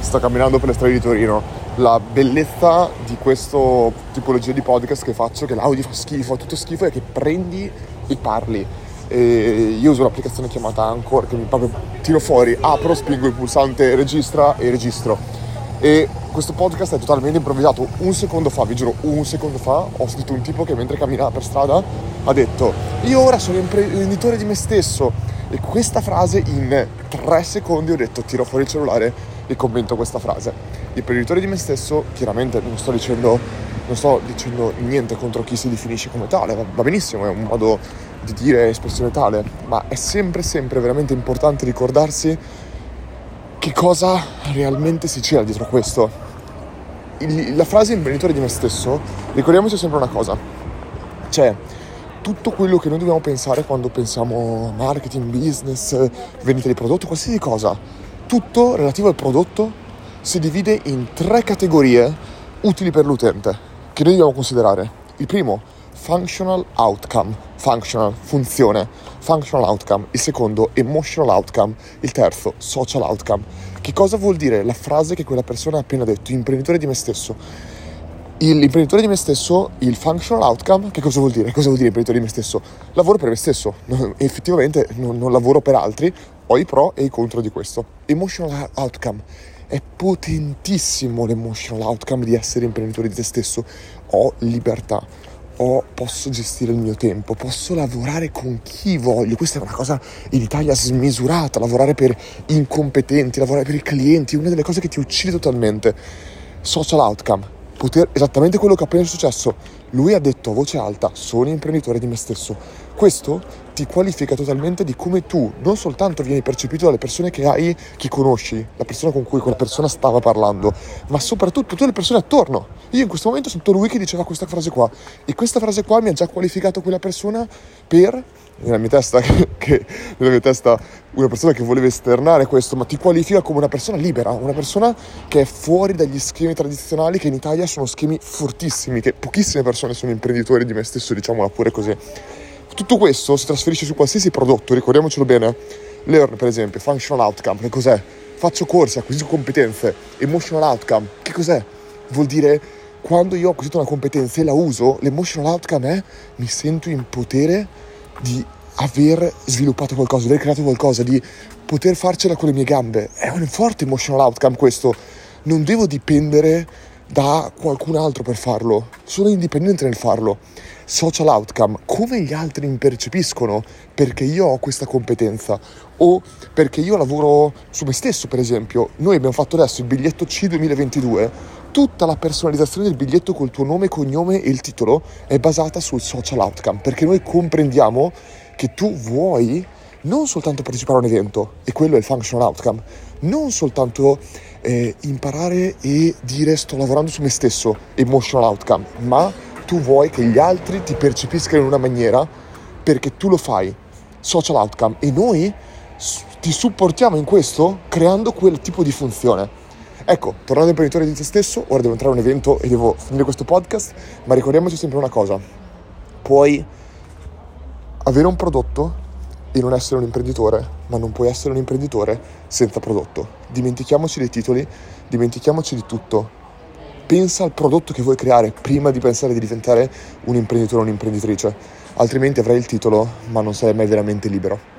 sto camminando per le strade di Torino. La bellezza di questo tipologia di podcast che faccio, che l'audio fa schifo, tutto schifo, è che prendi e parli. E io uso l'applicazione chiamata Anchor, che mi proprio tiro fuori, apro, spingo il pulsante registra e registro. E questo podcast è totalmente improvvisato. Un secondo fa, vi giuro, un secondo fa ho sentito un tipo che mentre camminava per strada ha detto: io ora sono imprenditore di me stesso. E questa frase in 3 secondi ho detto: tiro fuori il cellulare e commento questa frase. Imprenditore di me stesso, chiaramente non sto dicendo niente contro chi si definisce come tale, va benissimo, è un modo di dire espressione tale, ma è sempre veramente importante ricordarsi che cosa realmente si cela dietro questo. La frase imprenditore di me stesso, ricordiamoci sempre una cosa: c'è tutto quello che noi dobbiamo pensare quando pensiamo marketing, business, vendita di prodotto, qualsiasi cosa, tutto relativo al prodotto si divide in 3 categorie utili per l'utente che noi dobbiamo considerare. Il primo, functional outcome, funzione, functional outcome. Il secondo, emotional outcome. Il terzo, social outcome. Che cosa vuol dire la frase che quella persona ha appena detto, imprenditore di me stesso? L'imprenditore di me stesso, il functional outcome, che cosa vuol dire? Cosa vuol dire imprenditore di me stesso? Lavoro per me stesso, effettivamente non lavoro per altri, ho i pro e i contro di questo. Emotional outcome. È potentissimo l'emotional outcome di essere imprenditore di te stesso. Ho libertà, posso gestire il mio tempo, posso lavorare con chi voglio. Questa è una cosa in Italia smisurata, lavorare per incompetenti, lavorare per i clienti, una delle cose che ti uccide totalmente. Social outcome, esattamente quello che è appena successo. Lui ha detto a voce alta: sono imprenditore di me stesso. Questo ti qualifica totalmente di come tu non soltanto vieni percepito dalle persone che conosci, la persona con cui quella persona stava parlando, ma soprattutto tutte le persone attorno. Io in questo momento sento lui che diceva questa frase qua, e questa frase qua mi ha già qualificato quella persona per, nella mia testa una persona che voleva esternare questo, ma ti qualifica come una persona libera, una persona che è fuori dagli schemi tradizionali, che in Italia sono schemi fortissimi, che pochissime persone sono imprenditori di me stesso, diciamola pure così. Tutto questo si trasferisce su qualsiasi prodotto, ricordiamocelo bene. Learn, per esempio, functional outcome, che cos'è? Faccio corsi, acquisisco competenze. Emotional outcome, che cos'è? Vuol dire, quando io ho acquisito una competenza e la uso, l'emotional outcome è: mi sento in potere di aver sviluppato qualcosa, di aver creato qualcosa, di poter farcela con le mie gambe. È un forte emotional outcome questo. Non devo dipendere da qualcun altro per farlo, sono indipendente nel farlo. Social outcome, come gli altri mi percepiscono perché io ho questa competenza o perché io lavoro su me stesso. Per esempio, noi abbiamo fatto adesso il biglietto C 2022, tutta la personalizzazione del biglietto col tuo nome, cognome e il titolo è basata sul social outcome, perché noi comprendiamo che tu vuoi non soltanto partecipare a un evento, e quello è il functional outcome, non soltanto imparare e dire sto lavorando su me stesso, emotional outcome, ma tu vuoi che gli altri ti percepiscano in una maniera perché tu lo fai, social outcome, e noi ti supportiamo in questo creando quel tipo di funzione. Ecco, tornando imprenditore di te stesso, ora devo entrare a un evento e devo finire questo podcast, ma ricordiamoci sempre una cosa: puoi avere un prodotto e non essere un imprenditore, ma non puoi essere un imprenditore senza prodotto. Dimentichiamoci dei titoli, dimentichiamoci di tutto. Pensa al prodotto che vuoi creare prima di pensare di diventare un imprenditore o un'imprenditrice, altrimenti avrai il titolo ma non sarai mai veramente libero.